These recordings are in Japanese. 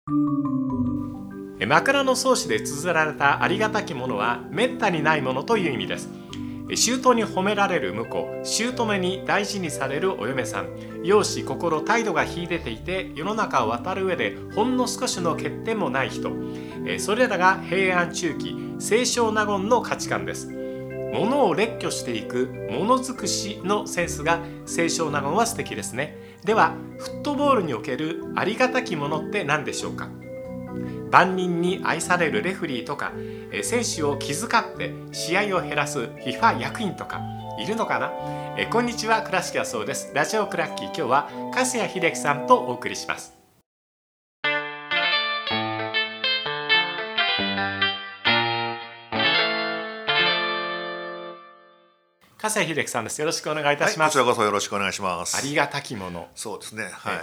枕草子で綴られたありがたきものはめったにないものという意味です。姑に褒められる婿、姑に大事にされるお嫁さん、容姿心態度が秀でていて世の中を渡る上でほんの少しの欠点もない人、それらが平安中期清少納言の価値観です。物を列挙していくものづくしのセンスが清少納言は素敵ですね。ではフットボールにおけるありがたきものって何でしょうか。万人に愛されるレフリーとか、選手を気遣って試合を減らす FIFA 役員とかいるのかな。こんにちは、倉敷はそうです。ラジオクラッキー、今日は粕谷秀樹さんとお送りします。粕谷秀樹さんです。よろしくお願いいたします。 こちらこそよろしくお願いします。 ありがたきもの。 そうですね。はい。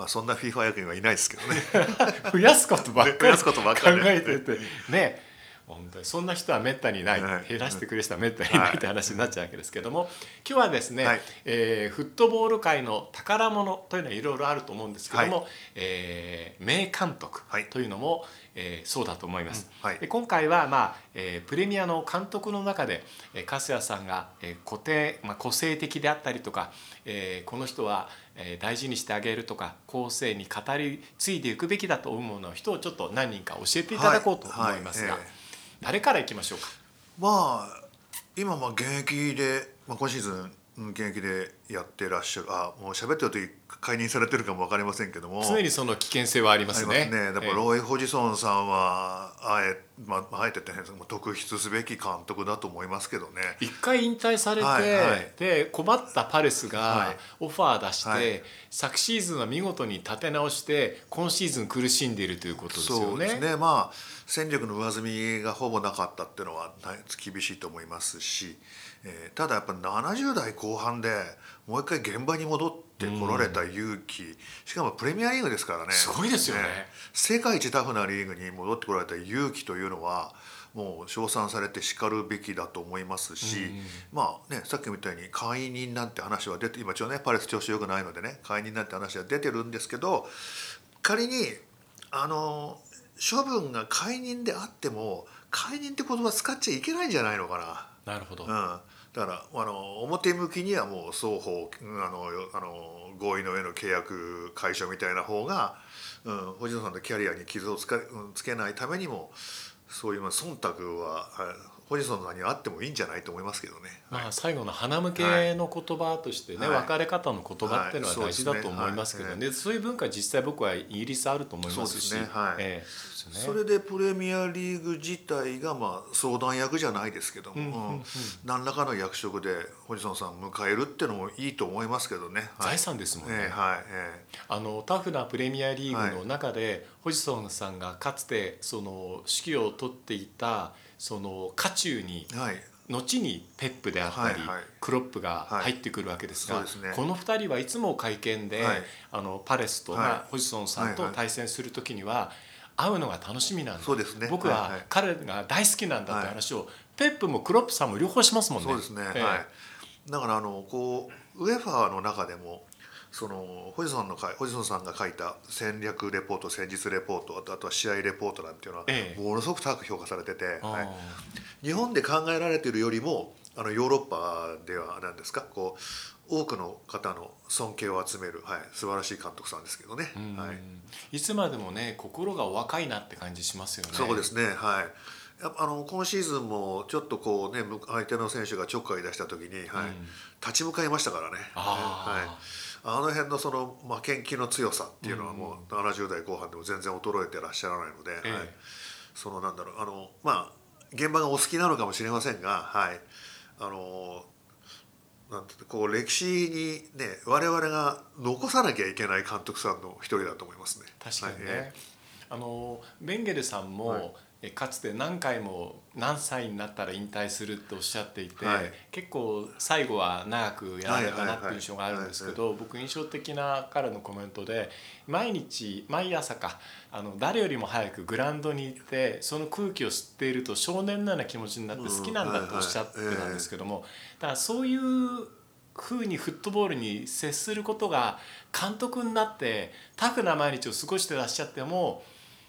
そんな FIFA 役員はいないですけどね。 増やすことばっかり考えててね。本当にそんな人はめったにない、減らしてくれる人はめったにないって話になっちゃうわけですけども、今日はですね、フットボール界の宝物というのはいろいろあると思うんですけども、名監督というのも、そうだと思います。で今回は、プレミアの監督の中で粕谷さんが個性的であったりとか、この人は大事にしてあげるとか後世に語り継いでいくべきだと思うの人をちょっと何人か教えていただこうと思いますが、誰からいきましょうか。 今現役で、今シーズン現役でやってらっしゃる、もう喋ってると解任されてるかも分かりませんけども、 常にその危険性はありますね。 ありますね。だからロイ・ホジソンさんはあえて特筆すべき監督だと思いますけどね。 一回引退されて、で困ったパレスがオファー出して、昨シーズンは見事に立て直して今シーズン苦しんでいるということですよね。 そうですね。戦力の上積みがほぼなかったっていうのは厳しいと思いますし、ただやっぱ70代後半でもう一回現場に戻ってこられた勇気、しかもプレミアリーグですからね。 すごいですよね。 世界一タフなリーグに戻ってこられた勇気というのはもう称賛されてしかるべきだと思いますし、さっきみたいに解任なんて話は出て、今パレス調子良くないのでね、解任なんて話は出てるんですけど、仮に処分が解任であっても解任って言葉使っちゃいけないんじゃないのかな。 なるほど。 だから表向きにはもう双方合意の上の契約解消みたいな方が、星野さんのキャリアに傷をつけないためにもそういう忖度は星野さんにあってもいいんじゃないと思いますけどね。 最後の花向けの言葉としてね、別れ方の言葉っていうのは大事だと思いますけどね。そういう文化実際僕はイギリスあると思いますし、 それでプレミアリーグ自体が相談役じゃないですけども、何らかの役職で星野さんを迎えるっていうのもいいと思いますけどね。 財産ですもんね。タフなプレミアリーグの中で星野さんがかつてその指揮を執っていたその渦中に、後にペップであったり、クロップが入ってくるわけですが、この2人はいつも会見で、パレスと星野さんと対戦する時には会うのが楽しみなんだ、僕は彼が大好きなんだという話をペップもクロップさんも両方しますもんね。 そうですね。だからウエファの中でも星野さんが書いた戦略レポート、戦術レポート、あとは試合レポートなんていうのはものすごく高く評価されてて、日本で考えられているよりもヨーロッパでは何ですか、多くの方の尊敬を集める、素晴らしい監督さんですけどね。 いつまでもね心がお若いなって感じしますよね。 そうですね。今シーズンもちょっと相手の選手がちょっかい出した時に、立ち向かいましたからね。あの辺の負けん気の強さっていうのはもう70代後半でも全然衰えてらっしゃらないので、現場がお好きなのかもしれませんが、歴史にね我々が残さなきゃいけない監督さんの一人だと思いますね。 確かにね。ベンゲルさんも、かつて何回も何歳になったら引退するっておっしゃっていて、結構最後は長くやられたなっていう印象があるんですけど、僕印象的な彼のコメントで毎朝誰よりも早くグラウンドに行ってその空気を吸っていると少年のような気持ちになって好きなんだとおっしゃってたんですけども、だからそういう風にフットボールに接することが監督になってタフな毎日を過ごしてらっしゃっても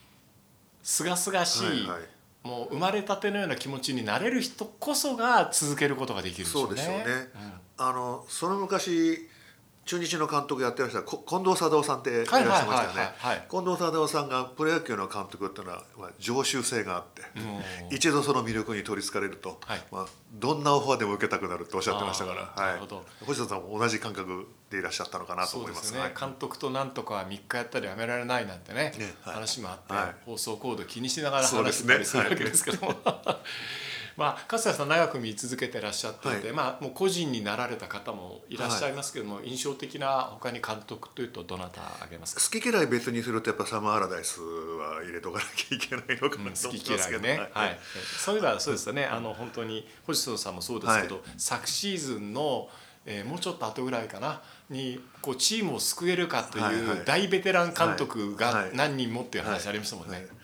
清々しい、 はいはい、 もう生まれたてのような気持ちになれる人こそが続けることができるんでしょうね。 そうでしょうね、その昔中日の監督やってました近藤貞夫さんっていらっしゃいましたよね。近藤貞夫さんがプロ野球の監督っていうのは、常習性があって、一度その魅力に取りつかれると、どんなオファーでも受けたくなるっておっしゃってましたから、星野さんも同じ感覚でいらっしゃったのかなと思います。 そうですね、監督となんとか3日やったらやめられないなんてね、話もあって、放送コード気にしながら話したりするわけですけども勝田さん長く見続けてらっしゃっていて、もう個人になられた方もいらっしゃいますけども、印象的な他に監督というとどなた挙げますか？ 好き嫌い別にするとやっぱサム・アラダイスは入れとかなきゃいけないのかなと思いますけど、 好き嫌いね、そういえばそうですよね、本当に星野さんもそうですけど、昨シーズンのもうちょっと後ぐらいかなにこうチームを救えるかという大ベテラン監督が何人もっていう話ありましたもんね。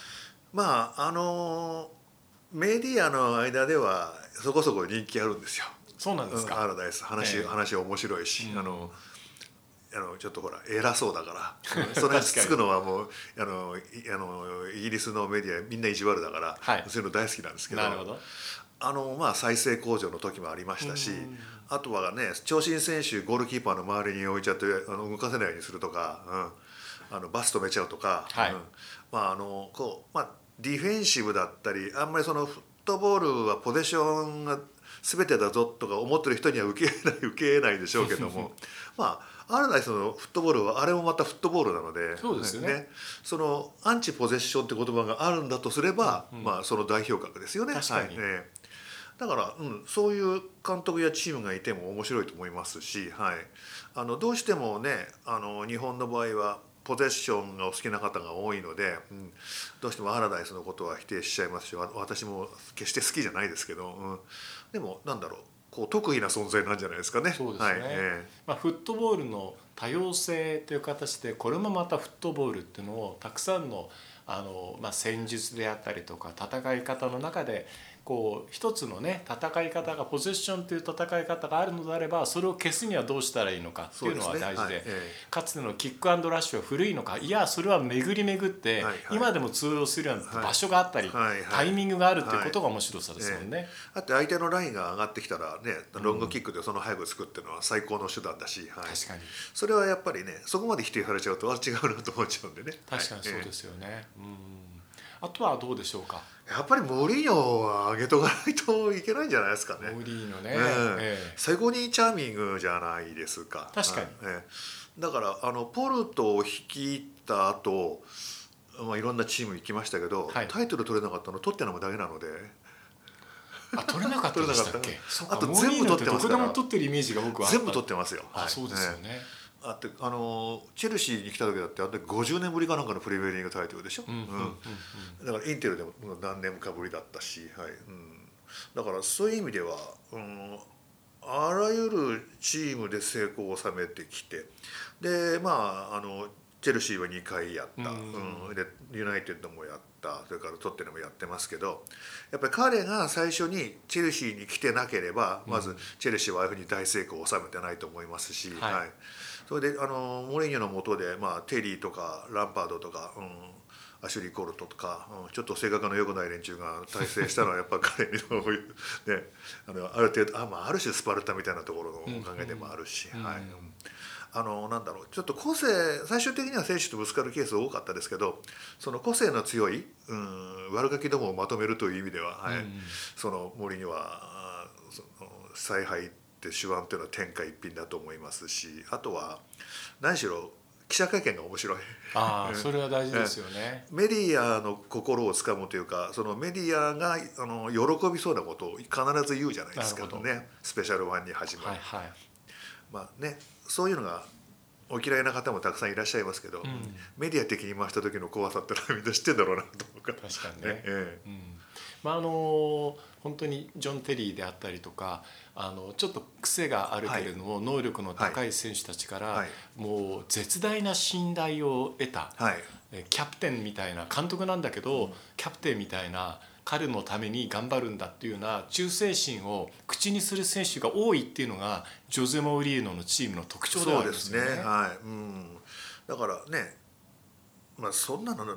メディアの間ではそこそこ人気あるんですよ。 そうなんですか。 アラダイス話面白いし、ちょっとほら偉そうだからそれにつくのはもうイギリスのメディアみんな意地悪だから、そういうの大好きなんですけど、 なるほど。 再生工場の時もありましたし、あとはね長身選手ゴールキーパーの周りに置いちゃって動かせないようにするとか、バス止めちゃうとか、ディフェンシブだったり、あんまりそのフットボールはポゼッションが全てだぞとか思ってる人には受けないでしょうけどもアラダイスのフットボールはあれもまたフットボールなので、 そうですね、 そのアンチポゼッションって言葉があるんだとすれば、その代表格ですよね。 確かに、 だから、そういう監督やチームがいても面白いと思いますし、どうしてもね日本の場合はポゼッションがお好きな方が多いので、どうしてもアラダイスのことは否定しちゃいますし、私も決して好きじゃないですけど、でもなんだろう、こう得意な存在なんじゃないですかね。 そうですね、フットボールの多様性という形でこれもまたフットボールっていうのをたくさんの戦術であったりとか戦い方の中でこう一つのね戦い方がポゼッションという戦い方があるのであれば、それを消すにはどうしたらいいのかっていうのは大事で、かつてのキックアンドラッシュは古いのか、いやそれは巡り巡って今でも通用するような場所があったり、タイミングがあるっていうことが面白さですもんね。 だって相手のラインが上がってきたらね、ロングキックでその背後を作ってるのは最高の手段だし、 確かにそれはやっぱりねそこまで否定されちゃうと違うなと思っちゃうんでね。 確かにそうですよね。あとはどうでしょうか。 やっぱりモリーニョは上げとかないといけないんじゃないですかね。 モリーニョね、 最高にチャーミングじゃないですか。 確かに、 だからポルトを率いた後、いろんなチーム行きましたけど、タイトル取れなかったのトッテナムだけなので。 取れなかったでしたっけ。 あと全部取ってますから。 どこでも取ってるイメージが僕は全部取ってますよ。 そうですよね。 チェルシーに来た時だって50年ぶりかなんかのプレミアリーグタイトルでしょ。だからインテルでも何年かぶりだったし、だからそういう意味では、あらゆるチームで成功を収めてきて、でチェルシーは2回やった、でユナイテッドもやった、それからトッテナムもやってますけど、やっぱり彼が最初にチェルシーに来てなければ、まずチェルシーはああいうふうに大成功を収めてないと思いますし、それでモリーニョの下で、テリーとかランパードとか、アシュリー・コルトとか、ちょっと性格の良くない連中が大成したのはやっぱ彼にそういうね、ある程度ある種スパルタみたいなところのおかげでもあるし、なんだろう、ちょっと最終的には選手とぶつかるケース多かったですけど、その個性の強い、悪ガキどもをまとめるという意味では、そのモリーニョは采配って手腕というのは天下一品だと思いますし、あとは何しろ記者会見が面白い。 それは大事ですよね。 メディアの心をつかむというか、そのメディアが喜びそうなことを必ず言うじゃないですかね。スペシャルワンに始まる、そういうのがお嫌いな方もたくさんいらっしゃいますけど、メディア的に回した時の怖さってのはみんな知ってんだろうなと思うから。 確かにね。本当にジョン・テリーであったりとか、ちょっと癖があるけれども、能力の高い選手たちから、もう絶大な信頼を得た、キャプテンみたいな監督なんだけど、キャプテンみたいな彼のために頑張るんだっていうような忠誠心を口にする選手が多いっていうのがジョゼ・モーリーノのチームの特徴ではありますよね。 だからね、そんなのなんだろう、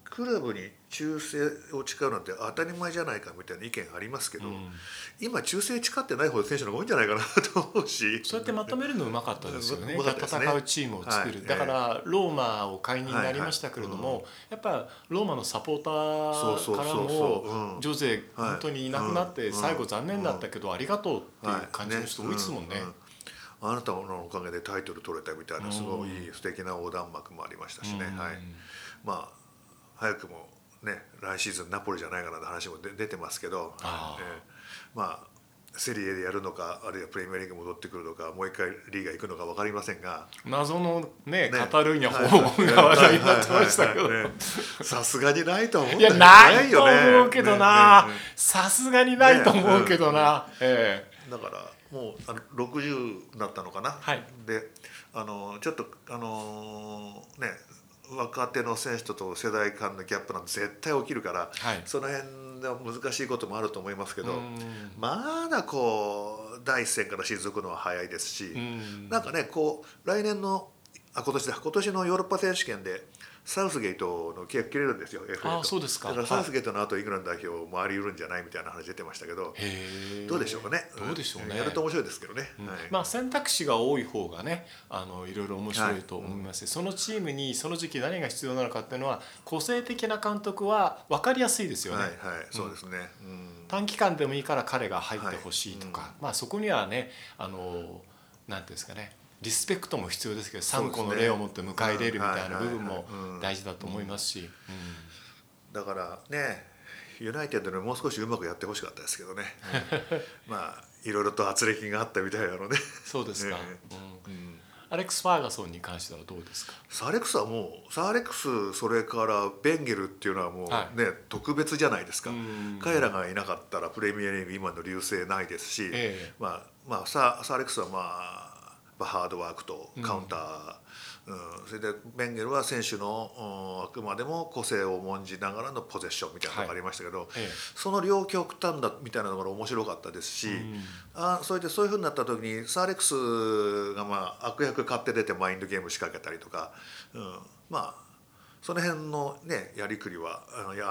クラブに忠誠を誓うなんて当たり前じゃないかみたいな意見ありますけど、今忠誠誓ってない方の選手の方が多いんじゃないかなと思うし、 そうやってまとめるのうまかったですよね。 ですね、 戦うチームを作る、だからローマを解任になりましたけれども、やっぱローマのサポーターからもジョゼ本当にいなくなって最後残念だったけどありがとうっていう感じの人多いですもんね。 あなたのおかげでタイトル取れたみたいなすごい素敵な横断幕もありましたしね、はい、まあ早くもね来シーズンナポリじゃないかなって話も出てますけど、まあセリエでやるのかあるいはプレミアリーグ戻ってくるのかもう一回リーガ行くのか分かりませんが、 謎のねカタルーニャ訪問が話題になってましたけど、 さすがにないと思うんだよね。いやないと思うけどな、さすがにないと思うけどな、 だからもう60になったのかな、 はい、 でちょっとね若手の選手と世代間のギャップなんて絶対起きるから、 はい、 その辺で難しいこともあると思いますけど、まだこう第一線から退くのは早いですし、なんかねこう来年の今年のヨーロッパ選手権でサウスゲートの契約切れるんですよ FA と。 そうですか。 だからサウスゲートの後イングランド代表回りうるんじゃないみたいな話出てましたけど、どうでしょうかね。 どうでしょうね。 やると面白いですけどね、 まあ選択肢が多い方がねいろいろ面白いと思います、そのチームにその時期何が必要なのかっていうのは個性的な監督は分かりやすいですよね。 そうですね、 短期間でもいいから彼が入ってほしいとか、まあそこにはねなんていうんですかねリスペクトも必要ですけど3個の例を持って迎え入れるみたいな部分も大事だと思いますし、 だからねユナイテッドにもう少しうまくやってほしかったですけどね、まあいろいろと圧力があったみたいなのでそうですか、アレックス・ファーガソンに関してはどうですか。 サーレックスそれからベンゲルっていうのはもうね、特別じゃないですか。彼らがいなかったらプレミアリーグ今の隆盛ないですし、まあサーレックスはまあハードワークとカウンター、それでベンゲルは選手のあくまでも個性を重んじながらのポゼッションみたいなのがありましたけど、その両極端だみたいなのが面白かったですし、そういうふうになった時にサーレックスがまあ悪役買って出てマインドゲーム仕掛けたりとか、まあその辺のねやりくりは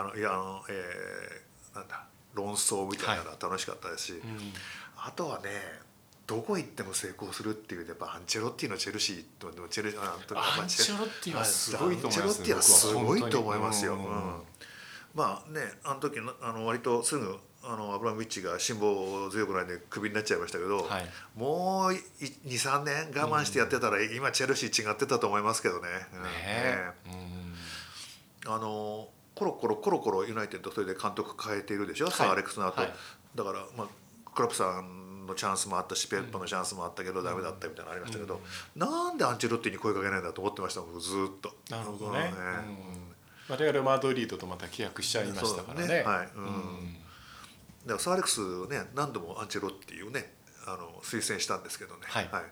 なんだ論争みたいなのが楽しかったですし、あとはねどこ行っても成功するっていうやっぱアンチェロッティのチェルシーとアンチェロッティはすごいと思います。 アンチェロッティはすごいと思いますよ。まあね時割とすぐアブラモビッチが辛抱強くないんでクビになっちゃいましたけど、もう 2,3 年我慢してやってたら今チェルシー違ってたと思いますけどね。コロコロユナイテッドそれで監督変えているでしょ、サー・アレックスの後、だからまあクラップさんのチャンスもあったしペッパのチャンスもあったけどダメだったみたいなのありましたけど、なんでアンチェロッティに声かけないんだと思ってましたもんずっと。 なるほどね。レアル・マドリードとまた契約しちゃいましたからね。だからサーレックスね何度もアンチェロッティをね推薦したんですけどね。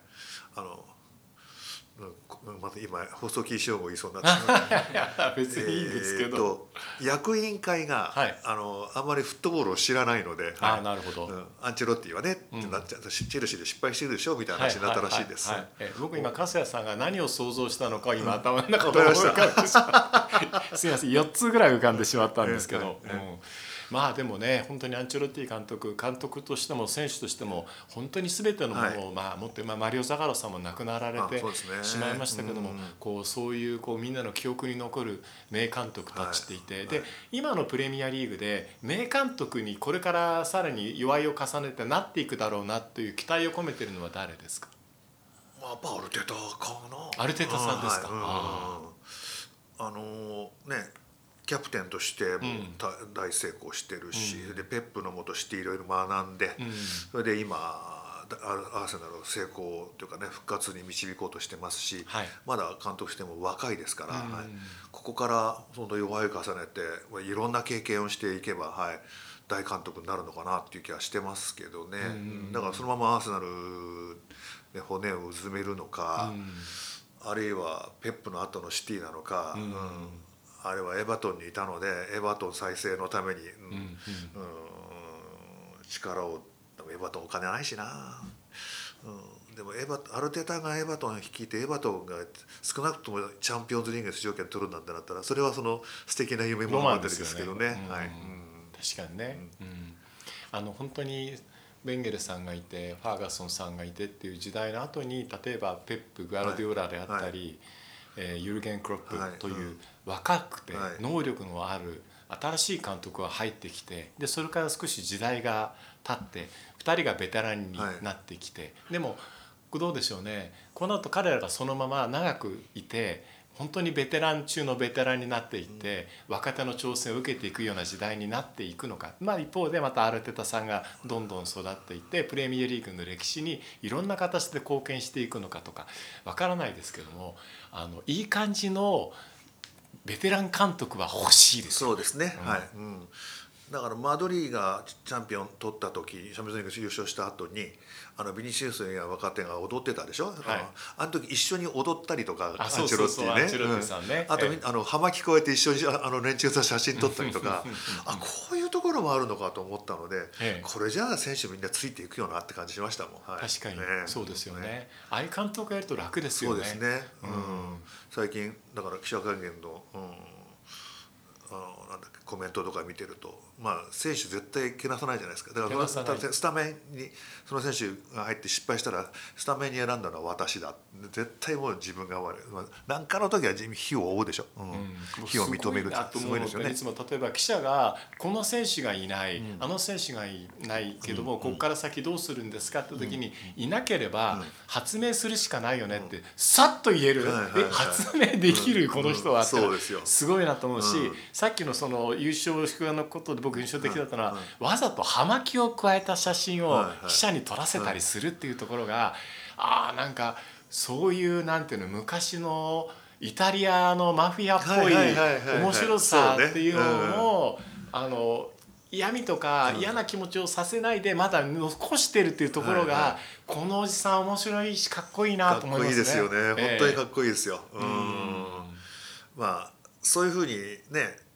また今放送禁止用語言いそうになって別にいいんですけど、 役員会が、あんまりフットボールを知らないので、 なるほど、 アンチェロッティはねってなっちゃう、チェルシーで失敗してるでしょみたいな話になったらしいです。 僕今粕谷さんが何を想像したのか今頭の中で思い浮かんでしまったすみません4つぐらい浮かんでしまったんですけど、まあでもね本当にアンチェロッティ監督としても選手としても本当に全てのものを持って、マリオ・ザガロさんも亡くなられてしまいましたけども、そういうみんなの記憶に残る名監督たちっていて、で今のプレミアリーグで名監督にこれからさらに祝いを重ねてなっていくだろうなという期待を込めているのは誰ですか。 やっぱアルテタかな。 アルテタさんですか。 ねキャプテンとしても大成功してるし、でペップの下していろいろ学んで、それで今アーセナルの成功というかね復活に導こうとしてますし、まだ監督しても若いですから、ここからその弱い重ねていろんな経験をしていけば、大監督になるのかなっていう気はしてますけどね。だからそのままアーセナルで骨をうずめるのか、あるいはペップの後のシティなのか。あれはエバトンにいたのでエバトン再生のために、力をエバトンお金ないしな、 でもアルテタがエバトン率いてエバトンが少なくともチャンピオンズリーグ出場権取るなんてなったらそれはその素敵な夢物語ですけどね。はい、 確かにね、本当にベンゲルさんがいてファーガソンさんがいてっていう時代の後に例えばペップ・グアルディオラであったり、ユルゲン・クロップという若くて能力のある新しい監督が入ってきて、でそれから少し時代が経って2人がベテランになってきて、でもどうでしょうね、この後彼らがそのまま長くいて本当にベテラン中のベテランになっていって、若手の挑戦を受けていくような時代になっていくのか、一方でまたアルテタさんがどんどん育っていってプレミアリーグの歴史にいろんな形で貢献していくのかとかわからないですけども、いい感じのベテラン監督は欲しいですよね。 そうですね、はい、だからマドリーがチャンピオン取った時チャンピオンズリーグ優勝した後にビニシウスや若手が踊ってたでしょ、あの時一緒に踊ったりとか、アンチェロッティね、 アンチェロッティさんね、 あと葉巻聞こえて一緒に連中と写真撮ったりとかこういうところもあるのかと思ったので、これじゃあ選手みんなついていくよなって感じしましたもん。 確かにそうですよね。ああいう監督がやると楽ですよね。 そうですね、最近だから記者会見のなんだっけコメントとか見てると、選手絶対けなさないじゃないですか。だからスタメンにその選手が入って失敗したらスタメンに選んだのは私だ、絶対もう自分が悪い、何かの時は非を追うでしょ、非を認めるってすごいですよね。 いつも例えば記者がこの選手がいない、あの選手がいないけども、ここから先どうするんですかって時に、いなければ発明するしかないよねってさっと言える、発明できるこの人はってすごいなと思うし、さっきのその優勝祝賀のことで僕印象的だったのは、わざと葉巻を加えた写真を記者に撮らせたりするっていうところが、なんかそういうなんていうの昔のイタリアのマフィアっぽい面白さっていうのを嫌味とか嫌な気持ちをさせないでまだ残してるっていうところが、このおじさん面白いしかっこいいなと思いますね。 かっこいいですよね、本当にかっこいいですよ。そういうふうにね、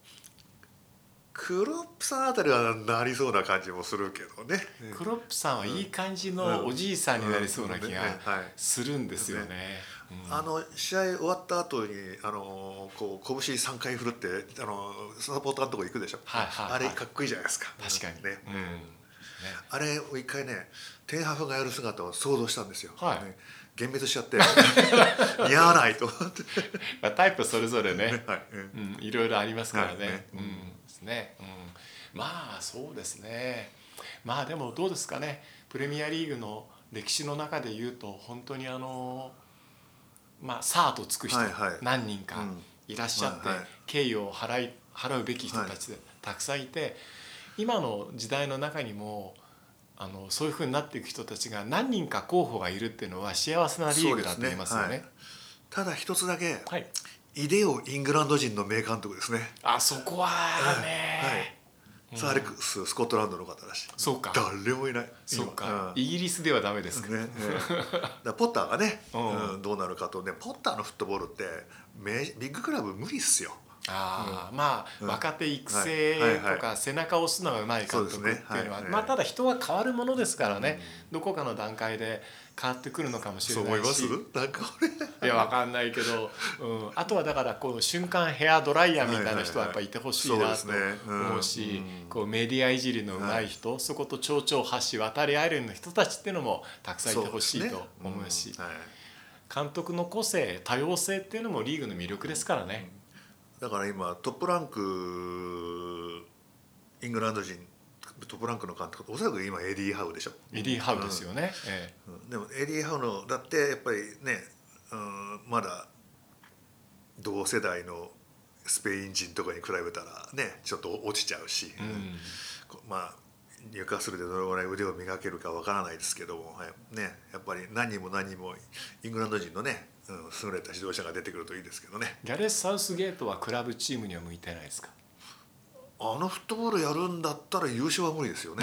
クロップさんあたりはなりそうな感じもするけどね。 クロップさんはいい感じのおじいさんになりそうな気がするんですよね。 試合終わった後にこう拳3回振るってサポーターのとこ行くでしょ、あれかっこいいじゃないですか。 確かにね、あれを一回ねテンハフがやる姿を想像したんですよ。幻滅しちゃって似合わないと思ってタイプそれぞれね、いろいろありますからね。そうですね。でもどうですかね、プレミアリーグの歴史の中でいうと本当にさあとつく人何人かいらっしゃって、敬意を払うべき人たちでたくさんいて、今の時代の中にもそういうふうになっていく人たちが何人か候補がいるっていうのは幸せなリーグだと言いますよね。 ただ一つだけ、イデオイングランド人の名監督ですね。 そこはね、 サーレックススコットランドの方だし、誰もいない。 そうか、イギリスではダメですかね。 ポッターがねどうなるかとね、ポッターのフットボールってビッグクラブ無理っすよ。若手育成とか背中を押すのがうまい監督っていうのはただ人は変わるものですからね、どこかの段階で変わってくるのかもしれないし、いや分かんないけど、あとはだからこう瞬間ヘアドライヤーみたいな人はやっぱいてほしいなと思うし、こうメディアいじりのうまい人、そこと町長橋渡り合えるような人たちっていうのもたくさんいてほしいと思うし、監督の個性多様性っていうのもリーグの魅力ですからね。 だから今トップランクイングランド人トップランクの監督、おそらく今エディ・ハウでしょ。 エディ・ハウですよね。 でもエディ・ハウのだってやっぱりね、まだ同世代のスペイン人とかに比べたらねちょっと落ちちゃうし、入荷するでどれぐらい腕を磨けるかわからないですけども、やっぱり何人もイングランド人のね優れた指導者が出てくるといいですけどね。 ギャレス・サウスゲートはクラブチームには向いてないですか？ フットボールやるんだったら優勝は無理ですよね。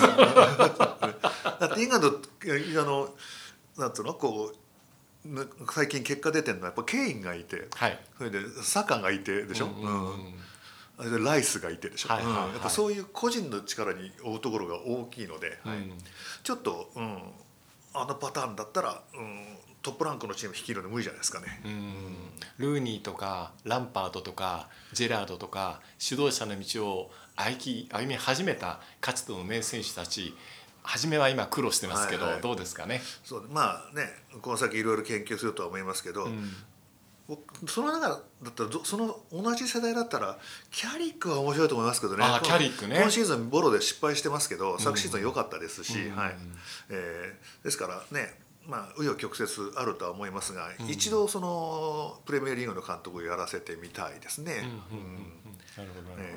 だってイングランドなんつうのこう最近結果出てるのはやっぱケインがいて、それでサカがいてでしょ、ライスがいてでしょ、やっぱそういう個人の力に追うところが大きいので、ちょっとあのパターンだったら、トップランクのチーム率いるの無理じゃないですかね。 ルーニーとかランパードとかジェラードとか指導者の道を歩み始めたかつての名選手たち、初めは今苦労してますけど、どうですかね。 そうまあね、この先いろいろ研究するとは思いますけど、その中だったらその同じ世代だったらキャリックは面白いと思いますけどね。 キャリックね。 今シーズンボロで失敗してますけど、昨シーズン良かったですし、ですからね、紆余曲折あるとは思いますが、一度そのプレミアリーグの監督をやらせてみたいですね。 なるほど。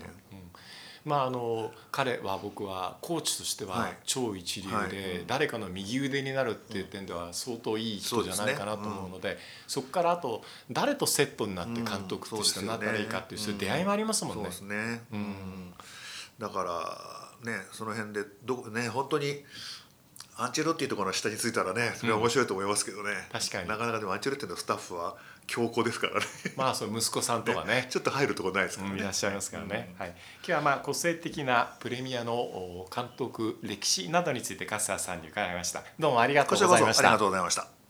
彼は僕はコーチとしては超一流で、誰かの右腕になるっていう点では相当いい人じゃないかなと思うので、そこからあと誰とセットになって監督としてなったらいいかっていう出会いもありますもんね。 そうですね。だからね、その辺で本当にアンチェロッティとかの下についたらね、それは面白いと思いますけどね。 確かに。 なかなかでもアンチェロッティのスタッフは強硬ですからね。 そう息子さんとかねちょっと入るところないですからね。 いらっしゃいますからね。今日は個性的なプレミアの監督歴史などについて粕谷さんに伺いました。どうもありがとうございました。 ありがとうございました。